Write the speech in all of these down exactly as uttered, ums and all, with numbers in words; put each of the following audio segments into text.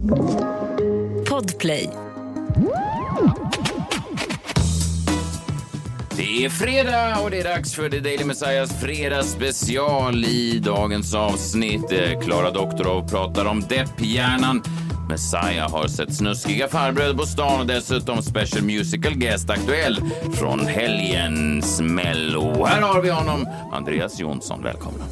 Podplay. Det är fredag och det är dags för The Daily Messiahs fredagsspecial. I dagens avsnitt Klara Doktorov pratar om depphjärnan. Messiah har sett snuskiga farbröder på stan och dessutom special musical guest aktuell från helgens Mello. Här har vi honom, Andreas Jonsson. Välkomna.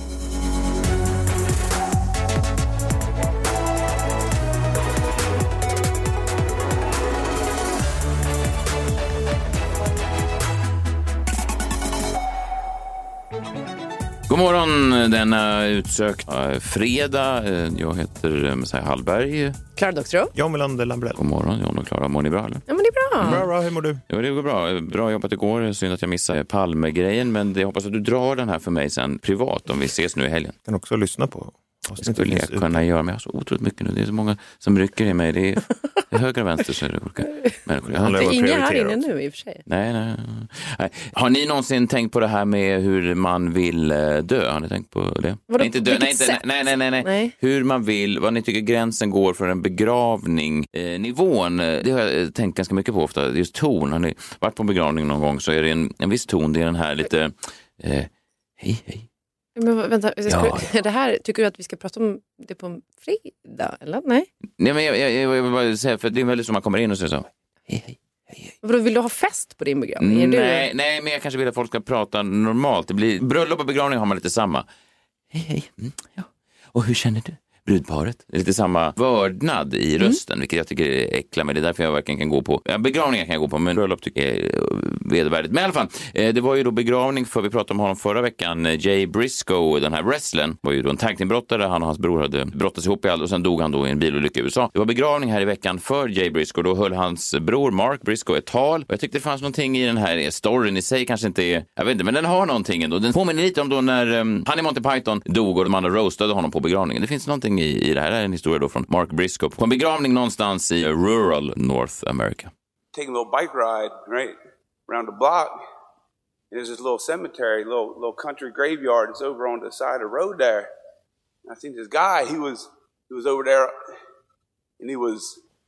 God morgon denna utsökta fredag. Jag heter Messiah Hallberg. Klara Doktorov. John Melander Lambrell. God morgon John och Klara. Mår ni bra eller? Ja, men det är bra. Bra, bra. Hur mår du? Ja, det går bra. Bra jobbat igår. Synd att jag missade Palme-grejen, men jag hoppas att du drar den här för mig sen privat om vi ses nu i helgen. Kan också lyssna på. Det skulle jag kunna göra, men jag har så otroligt mycket nu. Det är så många som rycker i mig. Det är, det är höger och vänster så är det olika människor. Det är inga här inne nu i och för sig. Nej, nej, nej. Har ni någonsin tänkt på det här med hur man vill dö? Har ni tänkt på det? Vadå, nej, inte dö. Nej, inte, nej, nej, nej, nej, nej. Hur man vill, vad ni tycker gränsen går för en begravning. Eh, nivån, det har jag tänkt ganska mycket på ofta. Just ton. Har ni varit på begravning någon gång så är det en, en viss ton. Det är den här lite, eh, hej, hej. Men vänta, jag ska, ja. det här, tycker du att vi ska prata om det på en fredag, eller? Nej? Nej, men jag, jag, jag vill bara säga, för det är väldigt som man kommer in och säger så, hej, hej, hej. Vadå, vill du ha fest på din begravning? Nej, du... nej, men jag kanske vill att folk ska prata normalt. Det blir, bröllop och begravning har man lite samma. Hej, hej, mm, ja. Och hur känner du? Brudparet. Det är lite samma vördnad i rösten, mm. vilket jag tycker är äckla med. Det är därför jag verkligen kan gå på. Ja, begravningar kan jag gå på, men bröllop tycker jag är vedervärdigt. Men i alla fall, eh, det var ju då begravning för, vi pratade om honom förra veckan. Jay Briscoe, den här wrestlern, var ju då en tagteambrottare. Han och hans bror hade brottats ihop i allt och sen dog han då i en bilolycka i U S A. Det var begravning här i veckan för Jay Briscoe. Då höll hans bror Mark Briscoe ett tal. Och jag tyckte det fanns någonting i den här storyn i sig, kanske inte är, jag vet inte, men den har någonting ändå. Den påminner lite om då när um, han i Monty Python dog och de andra roastade honom på begravningen. Det finns någonting i, i det här. Det här är en historia då från Mark Briscoe på en begravning någonstans i rural North America. Take a little bike ride, right, around the block. And there's this little cemetery, little little country graveyard. It's over on the side of the road there. And I think this guy, he was he was over there, and he was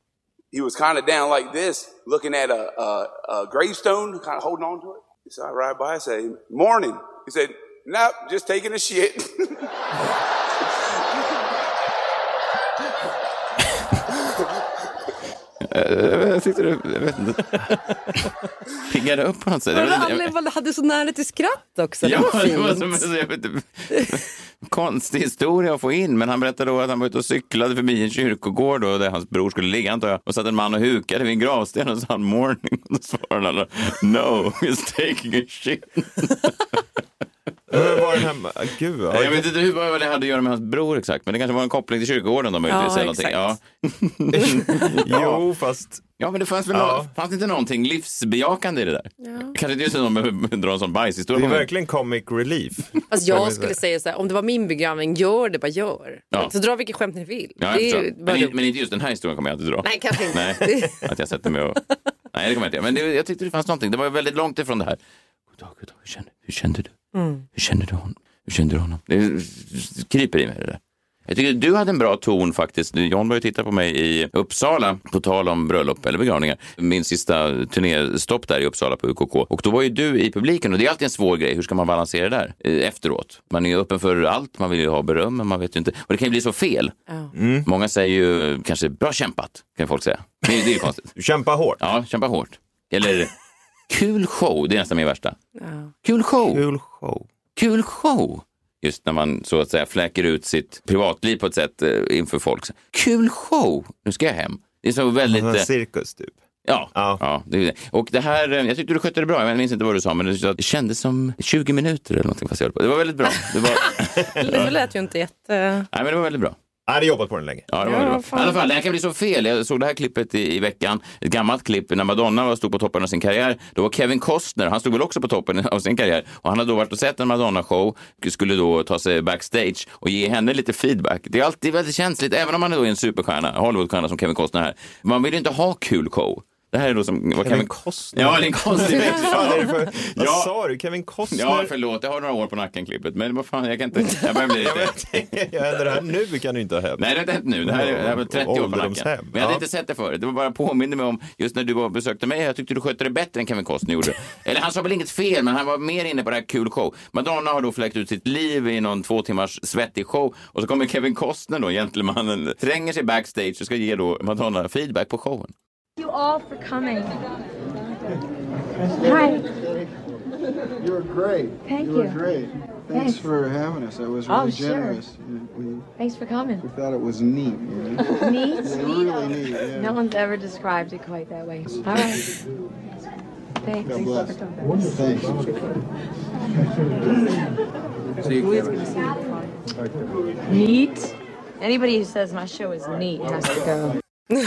he was kind of down like this, looking at a, a a gravestone, kind of holding on to it. So I ride by, I say, "Morning." He said, "Nope, just taking a shit." Jag tyckte det, jag vet inte. Pingade upp på något sätt. Men han hade så nära till skratt också. Ja, det var fint. Det var som, jag vet inte, konstig historia att få in. Men han berättade då att han var ute och cyklade förbi en kyrkogård då, där hans bror skulle ligga, antar jag. Och satt en man och hukade vid en gravsten och sa han morning. Och då svarade alla, no, he's taking a shit. Hur var den hemma? Gud, ja. Jag vet inte hur, vad det hade att göra med hans bror exakt. Men det kanske var en koppling till kyrkogården. De ja, exakt. Ja. Jo, fast... Ja, men det fanns väl ja. no- fanns inte någonting livsbejakande i det där. Ja. Kanske inte just någon med dra en sån bajshistoria. Det är verkligen comic relief. Alltså jag skulle säga så här, om det var min begravning, gör det, bara gör. Ja. Så dra vilket skämt ni vill. Ja, det är men, i, men inte just den här historien kommer jag inte dra. Nej, kanske inte. Nej, att jag sätter mig och... Nej, det kommer jag inte. Men det, jag tyckte det fanns någonting. Det var väldigt långt ifrån det här. God dag, god dag. Hur kände, hur kände du? Mm. Hur kände du honom? Hur kände du honom? Det kryper i mig det där. Jag tycker du hade en bra ton faktiskt. John var ju titta på mig i Uppsala på tal om bröllop eller begravningar. Min sista turnéstopp där i Uppsala på U K K. Och då var ju du i publiken och det är alltid en svår grej. Hur ska man balansera det där efteråt? Man är ju öppen för allt. Man vill ju ha beröm men man vet ju inte. Och det kan ju bli så fel. Mm. Många säger ju kanske bra kämpat kan folk säga. Det, det är ju konstigt. Kämpa hårt. Ja, kämpa hårt. Eller kul show. Det är nästan min värsta. Ja. Kul show. Kul show. Kul show. Just när man så att säga fläcker ut sitt privatliv på ett sätt eh, inför folk. Kul show, nu ska jag hem. Det är så väldigt... En cirkus typ. Ja, ja. ja det är det. Och det här, jag tyckte du skötte det bra. Jag minns inte vad du sa, men det kändes som tjugo minuter eller någonting. Fast jag på. Det var väldigt bra. Det, var... det lät ju inte jätte... Nej, men det var väldigt bra. Jag hade jobbat på den länge. Ja, det var ja, bra. I alla fall, det här kan bli så fel. Jag såg det här klippet i, i veckan. Ett gammalt klipp när Madonna stod på toppen av sin karriär. Då var Kevin Costner, han stod väl också på toppen av sin karriär. Och han hade då varit och sett en Madonna-show. Skulle då ta sig backstage och ge henne lite feedback. Det är alltid väldigt känsligt, även om man är då en superstjärna, Hollywoodstjärna som Kevin Costner här. Man vill ju inte ha kul show. Det här är då som... Kevin, Kevin Costner. Ja, det är en konstig Vad ja. sa du? Kevin Costner? Ja, förlåt. Jag har några år på nacken klippet. Men vad fan, jag kan inte... Jag börjar bli lite... ja, det här nu kan ju inte ha hänt. Nej, det har inte hänt nu. Det här är, det här är trettio år på nacken. Men jag hade ja. inte sett det förut. Det var bara påminner mig om just när du var besökte mig. Jag tyckte du skötte det bättre än Kevin Costner gjorde. Eller han sa väl inget fel, men han var mer inne på det här kul show. Madonna har då fläckt ut sitt liv i någon två timmars svettig show. Och så kommer Kevin Costner då, gentlemannen, tränger sig backstage och ska ge då Madonna feedback på showen. You all for coming. Hi. You're great. Thank you. you. Were great. Thanks, Thanks for having us. That was oh, really sure. generous. We, Thanks for coming. we thought it was neat. You know? Neat? Yeah, really neat. Yeah. No one's ever described it quite that way. All right. Thanks. God bless. For coming. Thanks. See you, Kevin. Neat? Anybody who says my show is neat has to go.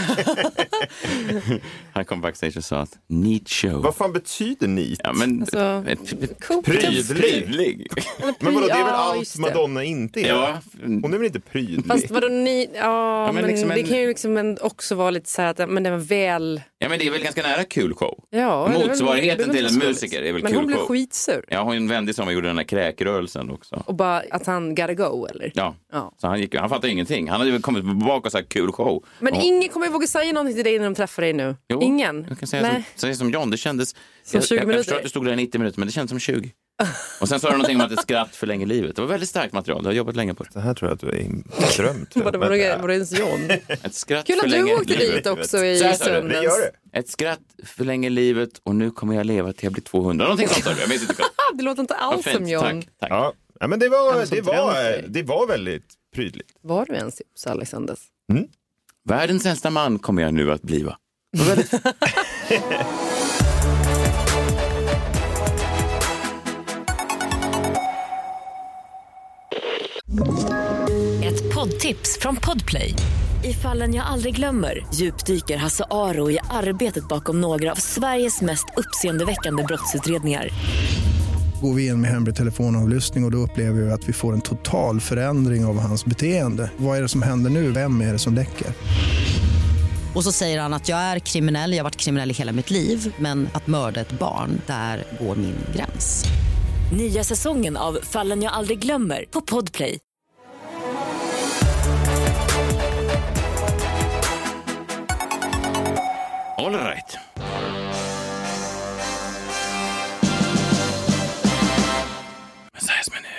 Han kom backstage och sa att neat show. Vad fan betyder neat? Ja, men alltså, prydlig. prydlig. Men vadå, det är väl ja, allt Madonna inte är? Ja. Hon är väl inte prydlig? Fast vadå ni... Ja, ja men, men liksom det en... kan ju liksom också vara lite så här att men det var väl... Ja, men det är väl ganska nära kul show. Ja, motsvarigheten till en musiker är väl men kul hon blev show. skitsur. Ja, hon vände sig om och gjorde den här kräkrörelsen också. Och bara att han gotta go, eller? Ja, ja. Så han, gick, han fattade ingenting. Han hade väl kommit tillbaka och sagt kul show. Men och... ingen kommer våga säga någonting till dig när de träffar dig nu? Jo, ingen? Jag kan säga Nej. som, som John, det kändes... Som tjugo jag, jag, jag förstår minuter. att du stod där i nittio minuter, men det kändes som tjugo. Och sen sa du någonting om att ett skratt förlänger livet. Det var väldigt starkt material, du har jobbat länge på det. Det här tror jag att du är drömt. Var det, var det, var det ens John? Ett skratt Kul att du åkte livet. dit också i söndags. söndags. Det gör det. Ett skratt förlänger livet och nu kommer jag leva till jag blir tvåhundra. Någonting sånt sa du, jag vet inte. Det låter inte alls Ja, som John. Tack, tack. Ja. ja, men det var, Han som det, var, drömde. det var väldigt prydligt. Var du ens hos Alexanders? Mm. Världens äldsta man kommer jag nu att bli, va? Det var väldigt... Ett poddtips från Podplay. I Fallen jag aldrig glömmer djupdyker Hasse Aro i arbetet bakom några av Sveriges mest uppseendeväckande brottsutredningar. Går vi in med hemlig telefonavlyssning och, och då upplever vi att vi får en total förändring av hans beteende. Vad är det som händer nu? Vem är det som läcker? Och så säger han att jag är kriminell, jag har varit kriminell i hela mitt liv. Men att mörda ett barn, där går min gräns. Nya säsongen av Fallen jag aldrig glömmer på Podplay. All right. Messiahs minut.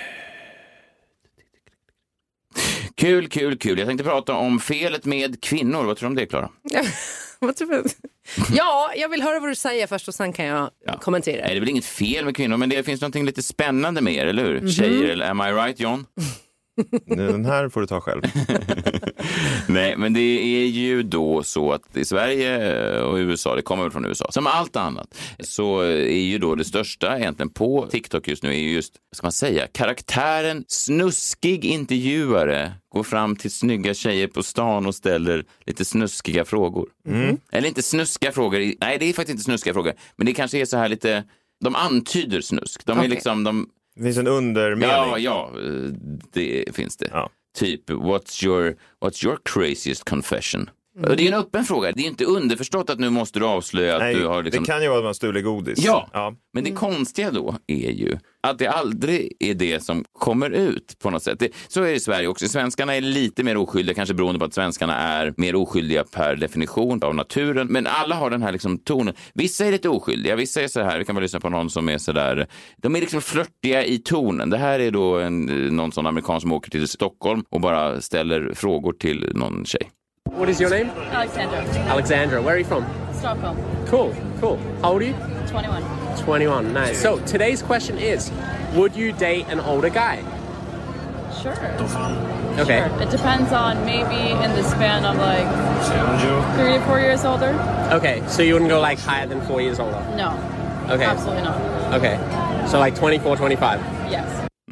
Kul, kul, kul. Jag tänkte prata om felet med kvinnor. Vad tror du om det, Klara? Vad tror du? Ja, jag vill höra vad du säger först och sen kan jag ja. kommentera. Nej, det är väl inget fel med kvinnor, men det finns något lite spännande med er, eller hur? Mm-hmm. Tjejer, eller am I right, John? Den här får du ta själv. Nej, men det är ju då så att i Sverige och U S A, det kommer väl från U S A, som allt annat, så är ju då det största egentligen på TikTok just nu är ju just, vad ska man säga, karaktären snuskig intervjuare går fram till snygga tjejer på stan och ställer lite snuskiga frågor. Mm. Eller inte snuskiga frågor, nej det är faktiskt inte snuskiga frågor, men det kanske är så här lite, de antyder snusk. De är okay. liksom, de Det finns en undermening. Ja, ja, det finns det. Ja. Typ, what's your, what's your craziest confession? Mm. Det är en öppen fråga. Det är inte underförstått att nu måste du avslöja att Nej, du har liksom... det kan ju vara att man stuler godis. Ja, ja. Men det konstiga då är ju att det aldrig är det som kommer ut på något sätt. Det, så är det i Sverige också. Svenskarna är lite mer oskyldiga, kanske beroende på att svenskarna är mer oskyldiga per definition av naturen. Men alla har den här liksom tonen. Vissa är lite oskyldiga, vissa är så här. Vi kan väl lyssna på någon som är så där. De är liksom flörtiga i tonen. Det här är då en, någon sån amerikan som åker till Stockholm och bara ställer frågor till någon tjej. What is your name? Alexandra. Alexandra. Where are you from? Stockholm. Cool, cool. How old are you? twenty-one. twenty-one, nice. So today's question is, would you date an older guy? Sure. Okay. Sure. It depends on maybe in the span of like three to four years older. Okay, so you wouldn't go like higher than four years older? No. Okay. Absolutely not. Okay. So like twenty-four, twenty-five? Yes.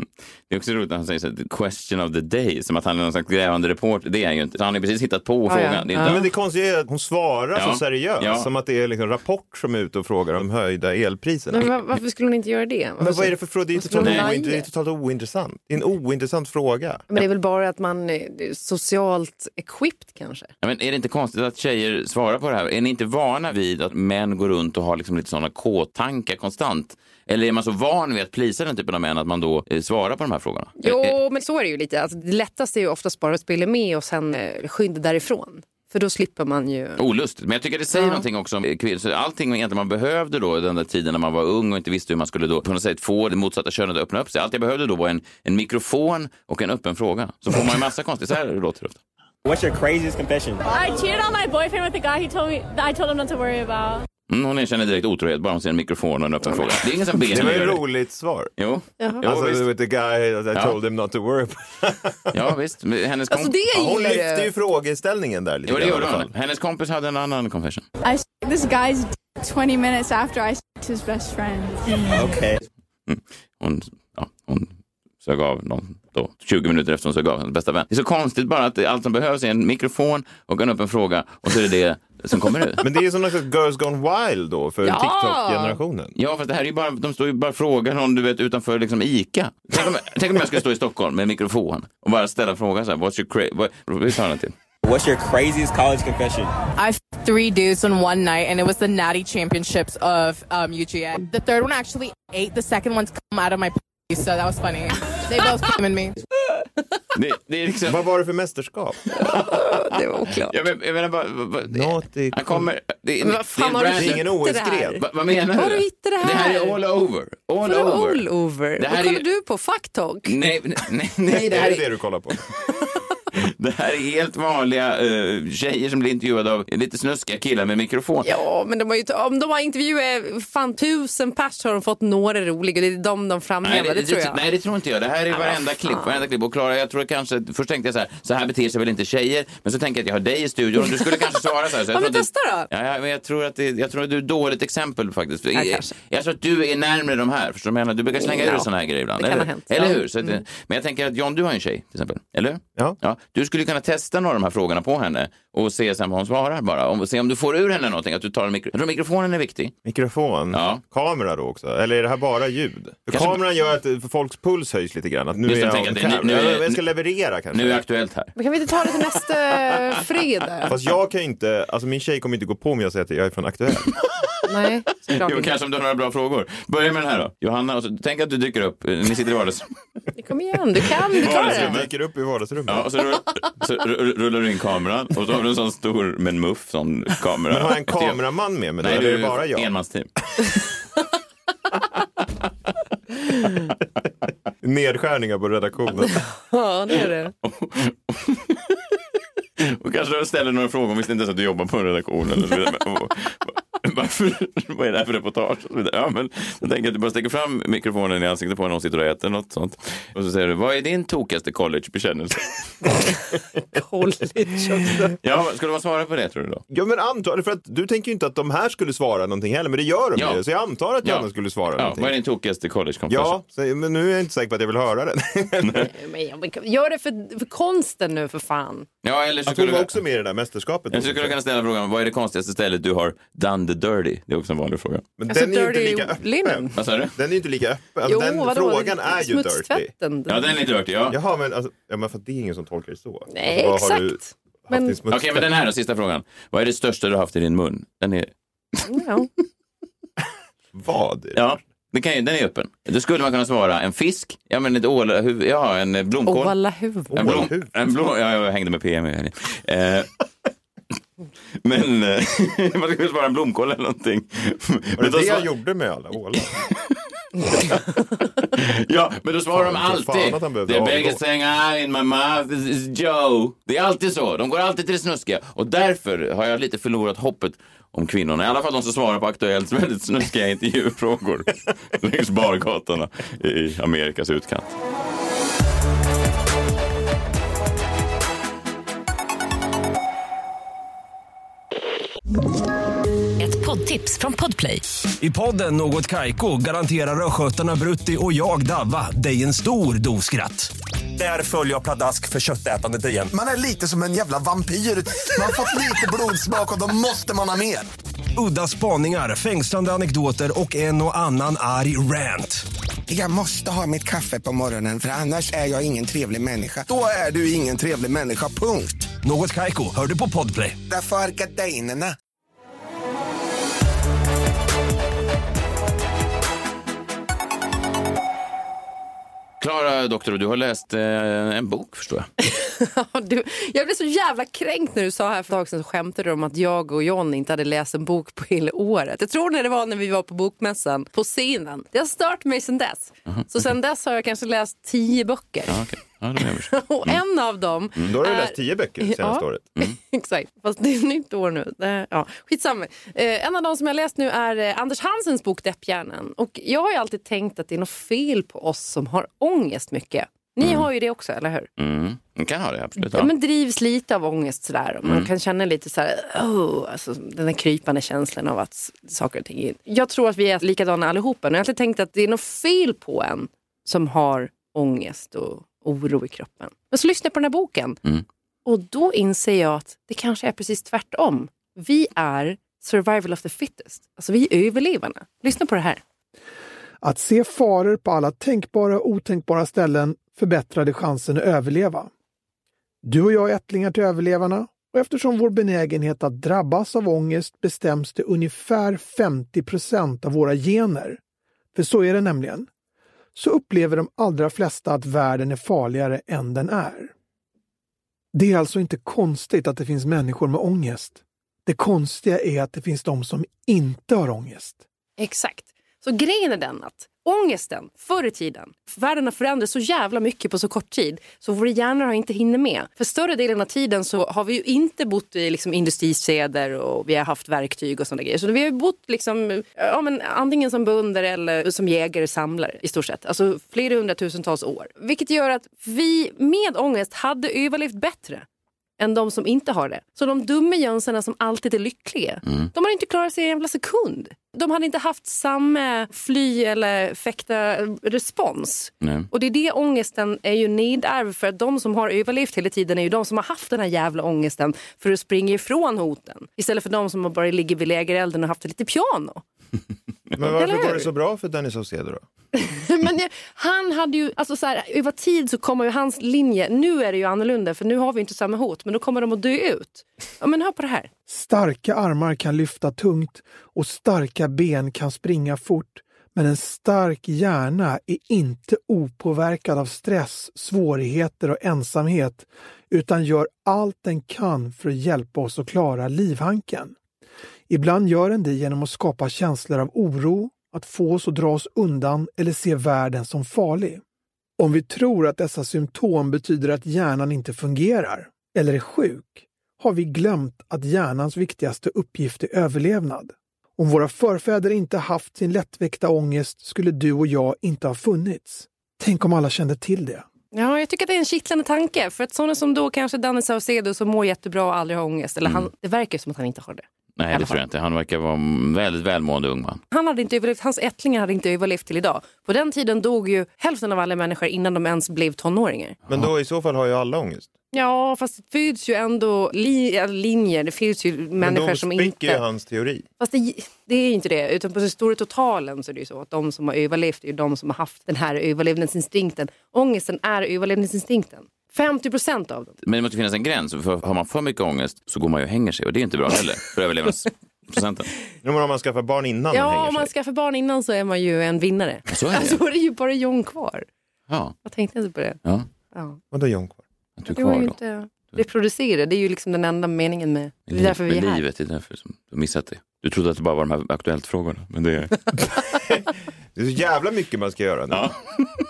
Det är också roligt när han säger så här, the question of the day, som att han är någon slags grävande reporter. Det är ju inte. Så han har precis hittat på ja, frågan. Ja. Det är Ja. inte... Men det konstiga är att hon svarar ja. så seriöst. Ja. Som att det är liksom Rapport som är ute och frågar om höjda elpriserna. Men var, varför skulle hon inte göra det? Men vad är det för fråga? Det är totalt, Nej. oint- det är totalt ointressant. Det är en ointressant fråga. Men det är väl bara att man är socialt equipped kanske. Ja, men är det inte konstigt att tjejer svarar på det här? Är ni inte vana vid att män går runt och har liksom lite sådana k-tankar konstant? Eller är man så van vid att plisa den typen av män att man då eh, svarar på de här frågorna? Jo, eh, men så är det ju lite. Alltså, det lättaste är ju oftast bara att spela med och sen eh, skynda därifrån. För då slipper man ju... Olustigt. Men jag tycker det säger ja. någonting också om kvinnor. Så allting egentligen man behövde då den där tiden när man var ung och inte visste hur man skulle då på något sätt få det motsatta könet att öppna upp sig. Allt jag behövde då var en, en mikrofon och en öppen fråga. Så får man ju massa konstigt. Så här låter det ofta. What's your craziest confession? I cheated on my boyfriend with a guy he told me that I told him not to worry about. Mm, hon erkänner direkt otrohet bara hon ser en mikrofon och en öppen fråga. Det är ingen som ber. Det var ju ett roligt svar. Jo. Jaha. Jo, alltså, visst. with the guy that I Ja. told him not to worry about. Ja, visst. Men hennes Alltså, komp- det Ja, hon gillar lyfte du. ju frågeställningen där lite Jo, det grann i gjorde alla hon. fall. Hennes kompis hade en annan confession. I s- this guy's d- twenty minutes after I s- his best friend. Okay. Mm. Hon, ja, hon sög av någon då, tjugo minuter efter hon sög av hennes bästa vän. Det är så konstigt bara att det, allt som behövs är en mikrofon och en öppen fråga och så är det det som kommer ut. Men det är som något slags Girls Gone Wild då för Ja. TikTok-generationen. Ja, fast det här är ju bara, de står ju bara frågar någon du vet utanför liksom Ica. Tänk om, tänk om jag skulle stå i Stockholm med en mikrofon och bara ställa frågan så här, what's your cra- what, vad tar den till? What's your craziest college confession? I f- three dudes on one night, and it was the natty championships of um, U G A. The third one actually ate the second one's come out of my p- so that was funny. They both came in me. Det, det är liksom... Vad var det för mästerskap? Det var oklart. Jag, men, jag menar bara... vad- det- Naughty. Han kommer... Det, Men vad fan det har är du en Det är ingen O hittat det här? S-gren. Va, vad menar Var du? har du hittat det här? Det här är all over. All Vadå over. all over? Det här Vad är kollar ju- du på? Fucktalk? Nej, nej, nej, det här är det är... du kollar på. Det här är helt vanliga uh, tjejer som blir intervjuade av lite snuskiga killar med mikrofon. Ja, men de har ju t- om de har intervjuat fan tusen pers har de fått några roliga. Det är de de framhäver, Nej, det, det, tror det, jag. nej, det tror inte jag. Det här är Ja, varenda vad fan. klipp, varenda klipp. Och Klara, jag tror kanske, först tänkte jag så här, så här beter sig väl inte tjejer, men så tänker jag att jag har dig i studion och du skulle kanske svara så här. Så jag Ja, men tror att testa då. du, ja, ja, men jag tror att det, jag tror att du är ett dåligt exempel faktiskt. Ja, jag, kanske. jag tror att du är närmare de här, förstår du vad jag menar? Du brukar slänga Ja, ur såna här grejer ibland, det kan eller, ha hänt. eller Ja. hur? Så att, Mm. Men jag tänker att John, du har en tjej till exempel, eller? Ja. Ja, du skulle kunna testa några av de här frågorna på henne och se sen vad hon svarar bara. Om, se om du får ur henne någonting, att du tar en mikro... Jag tror mikrofonen är viktig. Mikrofon? Ja. Kamera då också? Eller är det här bara ljud? För Kanske- kameran gör att för folks puls höjs lite grann. Att nu Just är det, jag tänker on att det- cam. nu- nu är- jag, jag ska leverera kanske. Nu är det aktuellt här. Men kan vi inte ta det till nästa fredag? Fast jag kan ju inte, alltså min tjej kommer inte gå på mig och säga att jag är från Aktuellt. Nej, såklart Jo, inte. kanske om du har några bra frågor. Börja med den här då. Johanna, och så, tänk att du dyker upp. Ni sitter i vardagsrummet. Kom igen, du kan, du klarar Jag det. dyker upp i vardagsrummet. Ja, och så, rull, så rull- rullar du in kameran och så har du en sån stor med en muff sån kamera. Men har jag en kameraman med mig då? Nej, Eller du är det bara jag? enmansteam. Nedskärningar på redaktionen. Ja, det är det. Och kanske du ställer några frågor om visste inte ens att du jobbar på en redaktion. Eller så vidare. Och- och- Varför, vad är det här för reportage? Och så vidare. Ja, men jag tänker att du bara sticker fram mikrofonen i ansiktet på när hon sitter och äter något sånt. Och så säger du, vad är din tokigaste college-bekännelse? College också. Ja, ska du bara svara på det tror du då? Ja, men antar, för att du tänker ju inte att de här skulle svara någonting heller, men det gör de Ja. ju. Så jag antar att Ja. Johanna skulle svara Ja, någonting. vad är din tokigaste college-confession? Ja, så, men nu är jag inte säker på att jag vill höra den. Men jag- Gör det för, för konsten nu, för fan. Ja, eller så Att skulle hon var du... också med i det där mästerskapet. Jag skulle kunna ställa frågan, vad är det konstigaste stället du har done the dirty? Det är också en vanlig fråga. Men Alltså, den är ju inte dirty lika öppen. linen. Vad sa du? Den är ju inte lika öppen. Alltså, Jo, den vadå? frågan är ju dirty. Smutstvätten. Ja, den är dirty, ja. Jaha, men, alltså, ja, men för att det är ingen som tolkar det så. Nej, Alltså, vad har du exakt. haft Men- i Okej, smutstvätt? men den här då, sista frågan. Vad är det största du har haft i din mun? Den är... Ja. Vad? är det? Ja, det kan ju, den är öppen. Då skulle man kunna svara en fisk, ja men ett ålhuvud, ja en blomkål. Ålahuvud. En blom, Ålhuvud. en blom, ja, jag hängde med P M i helgen. Eh, men eh, man skulle svara en blomkål eller någonting. Var det Men då det jag svar- gjorde med alla ålar? Ja, men då svarar de Fan, för fan alltid. att han behövde The avgå. biggest thing I in my mouth is Joe. Det är alltid så. De går alltid till det snuskiga. Och därför har jag lite förlorat hoppet om kvinnorna. I alla fall de som svarar på Aktuellt väldigt snuskiga intervjufrågor längs bargatorna i Amerikas utkant. Ett poddtips från Podplay. I podden Något Kaiko garanterar röskötarna Brutti och jag Davva dig en stor doskratt. Där följer jag pladask för köttätandet igen. Man är lite som en jävla vampyr. Man har fått lite blodsmak och då måste man ha mer. Udda spaningar, fängslande anekdoter och en och annan arg rant. Jag måste ha mitt kaffe på morgonen för annars är jag ingen trevlig människa. Då är du ingen trevlig människa, punkt. Något Kaiko, hör du på Podplay. Därför är gardinerna. Klara, doktor, du har läst eh, en bok, förstår jag. du, jag blev så jävla kränkt när du sa här för ett tag sedan, så skämtade du om att jag och John inte hade läst en bok på hela året. Jag tror när det var när vi var på bokmässan på scenen. Det har stört mig sedan dess. Uh-huh. Så sedan dess har jag kanske läst tio böcker. Ja, okay. Ja, det mm. Och en av dem mm. Då har du är... läst tio böcker senaste ja. året. Mm. Exakt, fast det är ett nytt år nu. Det, ja. Skitsamma. Eh, en av dem som jag läst nu är eh, Anders Hansens bok Depphjärnan. Och jag har ju alltid tänkt att det är något fel på oss som har ångest mycket. Ni mm. har ju det också, eller hur? Mm. Man kan ha det, absolut. Ja. Ja, men drivs lite av ångest sådär. Man mm. kan känna lite så här, oh, alltså, den där krypande känslan av att saker och ting är. Jag tror att vi är likadana allihopa. Och jag har alltid tänkt att det är något fel på en som har ångest och oro i kroppen. Men så lyssnar jag på den här boken. Mm. Och då inser jag att det kanske är precis tvärtom. Vi är survival of the fittest. Alltså vi är överlevarna. Lyssna på det här. Att se faror på alla tänkbara och otänkbara ställen förbättrade chansen att överleva. Du och jag är ättlingar till överlevarna, och eftersom vår benägenhet att drabbas av ångest bestäms till ungefär femtio procent av våra gener, för så är det nämligen, så upplever de allra flesta att världen är farligare än den är. Det är alltså inte konstigt att det finns människor med ångest. Det konstiga är att det finns de som inte har ångest. Exakt. Så grejen är den att ångesten förr i tiden, världen har förändrats så jävla mycket på så kort tid, så våra hjärnor har inte hinner med. För större delen av tiden så har vi ju inte bott i liksom industristäder och vi har haft verktyg och sådana grejer. Så vi har bott liksom, ja, men antingen som bönder eller som jägare samlare i stort sett. Alltså flera hundratusentals år. Vilket gör att vi med ångest hade överlevt bättre än de som inte har det. Så de dumma jönsarna som alltid är lyckliga, mm. de har inte klarat sig en jävla sekund. De hade inte haft samma fly eller fäkta respons. Nej. Och det är det ångesten är ju nedärv, för att de som har överlevt hela tiden är ju de som har haft den här jävla ångesten för att springa ifrån hoten. Istället för de som bara ligger vid lägerelden och haft lite piano. Men varför går det så bra för Danny Saucedo då? Men jag, han hade ju, alltså så här, över tid så kommer ju hans linje, nu är det ju annorlunda för nu har vi inte samma hot, men då kommer de att dö ut. Ja, men hör på det här. Starka armar kan lyfta tungt och starka ben kan springa fort, men en stark hjärna är inte opåverkad av stress, svårigheter och ensamhet, utan gör allt den kan för att hjälpa oss att klara livhanken. Ibland gör den det genom att skapa känslor av oro, att få oss att dra oss undan eller se världen som farlig. Om vi tror att dessa symptom betyder att hjärnan inte fungerar eller är sjuk, har vi glömt att hjärnans viktigaste uppgift är överlevnad. Om våra förfäder inte haft sin lättväckta ångest skulle du och jag inte ha funnits. Tänk om alla kände till det. Ja, jag tycker att det är en kittlande tanke. För att sådana som då kanske Danny Saucedo som mår jättebra och aldrig har ångest. Eller mm. han, det verkar som att han inte har det. Nej, det tror jag inte. Han verkar vara en väldigt välmående ung man. Han hade inte överlevt, hans ättlingar hade inte överlevt till idag. På den tiden dog ju hälften av alla människor innan de ens blev tonåringar. Men då i så fall har ju alla ångest. Ja, fast det finns ju ändå li- linjer. Det finns ju människor som inte... Men då spricker ju hans teori. Fast det, det är ju inte det. Utan på den stora totalen så är det ju så att de som har överlevt är ju de som har haft den här överlevnadsinstinkten. Ångesten är överlevnadsinstinkten. femtio procent av dem. Men det måste finnas en gräns. För har man för mycket ångest så går man ju och hänger sig. Och det är inte bra heller för överlevnadsprocenten. Men om man skaffar barn innan ja, man hänger sig. Ja, om man skaffar barn innan så är man ju en vinnare. Så är det. Alltså är det ju bara John kvar. Ja. Jag tänkte inte på det. Ja. Ja. Vad är John kvar? Att du är det kvar var ju då. inte reproducera. Det är ju liksom den enda meningen med... Det är därför vi är med här. livet, det är därför som du har missat det. Du trodde att det bara var de här aktuellt frågorna. Men det är... det är så jävla mycket man ska göra nu. Ja.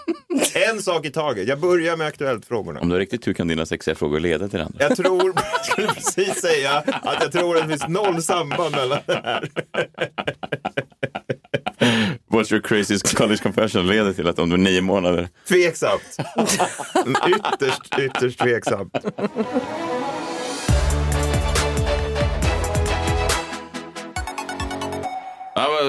En sak i taget. Jag börjar med aktuellt frågorna. Om du har riktigt tur kan dina sexiga frågor leda till den. Jag tror, jag skulle precis säga att jag tror att det finns noll samband mellan det här. What's your craziest college confession leder till att om du är nio månader... Tveksamt. Ytterst, ytterst tveksamt.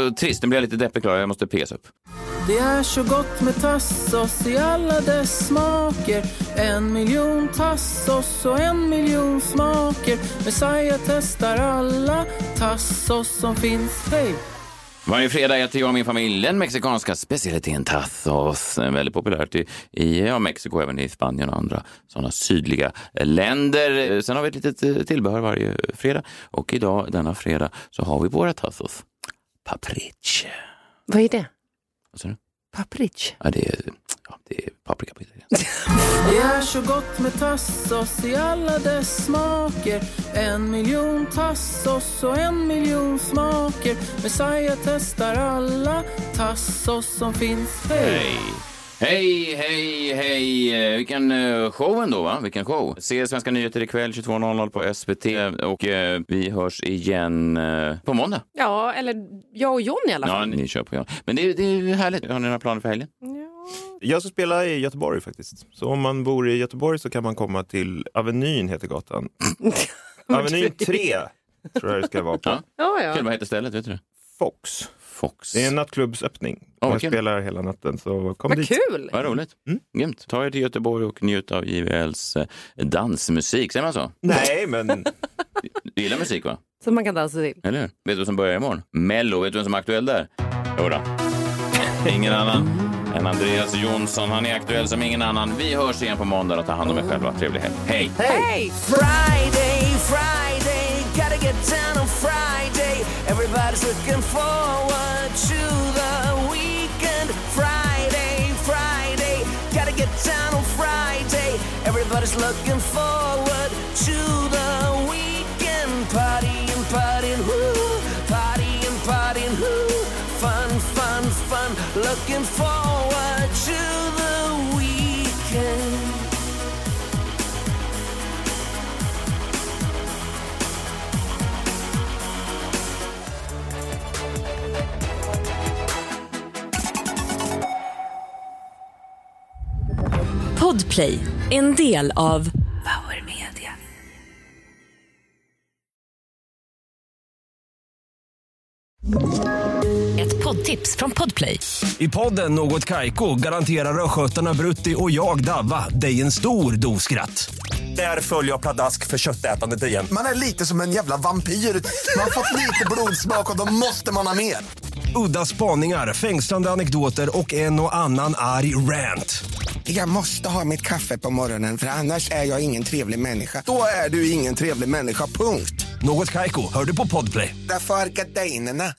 så trist, den blir lite deppig klar. Jag måste pesa upp. Det är så gott med tassos i alla dess smaker. En miljon tassos och en miljon smaker. Messiah testar alla tassos som finns. Hej! Varje fredag äter jag och min familj den mexikanska specialiteten tacos. Väldigt populärt i, i ja, Mexiko, även i Spanien och andra sådana sydliga länder. Sen har vi ett litet tillbehör varje fredag. Och idag, denna fredag, så har vi våra tacos. Paprich. Vad är det? Vad sa du? Paprich? Ja, det är, ja, det är paprika på italienska. Det är så gott med tassos i alla dess smaker. En miljon tassos och en miljon smaker. Messiah testar alla tassos som finns. Hej! Hej, hej, hej. Vilken uh, show ändå, va? Vilken show. Se Svenska nyheter ikväll tjugotvå noll noll på S V T. Och uh, vi hörs igen uh, på måndag. Ja, eller jag och John i alla fall. Ja, ni kör på John. Men det, det är härligt. Har ni några planer för helgen? Ja. Jag ska spela i Göteborg faktiskt. Så om man bor i Göteborg så kan man komma till Avenyn, heter gatan. Avenyn tre tror jag det ska vara på. Ja, ja. ja. Kul, vad heter stället, vet du det? Fox. Fox. Det är en nattklubbsöppning. Oh, jag okay. spelar hela natten, så kom vad dit. Kul! Vad roligt. Mm. Grymt. Ta er till Göteborg och njut av J V L:s eh, dansmusik. Säger man så? Nej, men... Du gillar musik, va? Som man kan dansa till. Eller hur? Vet du vad som börjar imorgon? Mello. Vet du vem som är aktuell där? Jodå. Ingen annan än Andreas Jonsson. Han är aktuell som ingen annan. Vi hörs igen på måndag och tar hand om er själva. Trevlig helg. Hej! Hey! Friday, Friday, gotta get down on Friday. Everybody's looking forward to the weekend. Friday, Friday, gotta get down on Friday. Everybody's looking forward to the weekend. Partying, partying, woo, partying, partying, woo. Fun, fun, fun, looking forward to the weekend. Podplay, en del av Power Media. Ett poddtips från Podplay. I podden Något Kaiko garanterar röskötarna Brutti och jag Davva dig en stor dos skratt. Där följer jag pladask för köttätandet igen. Man är lite som en jävla vampyr. Man har fått lite blodsmak och då måste man ha mer. Udda spaningar, fängslande anekdoter och en och annan arg rant. Jag måste ha mitt kaffe på morgonen, för annars är jag ingen trevlig människa. Då är du ingen trevlig människa, punkt. Något Kaiko, hör du på Podplay. Därför är gardinerna.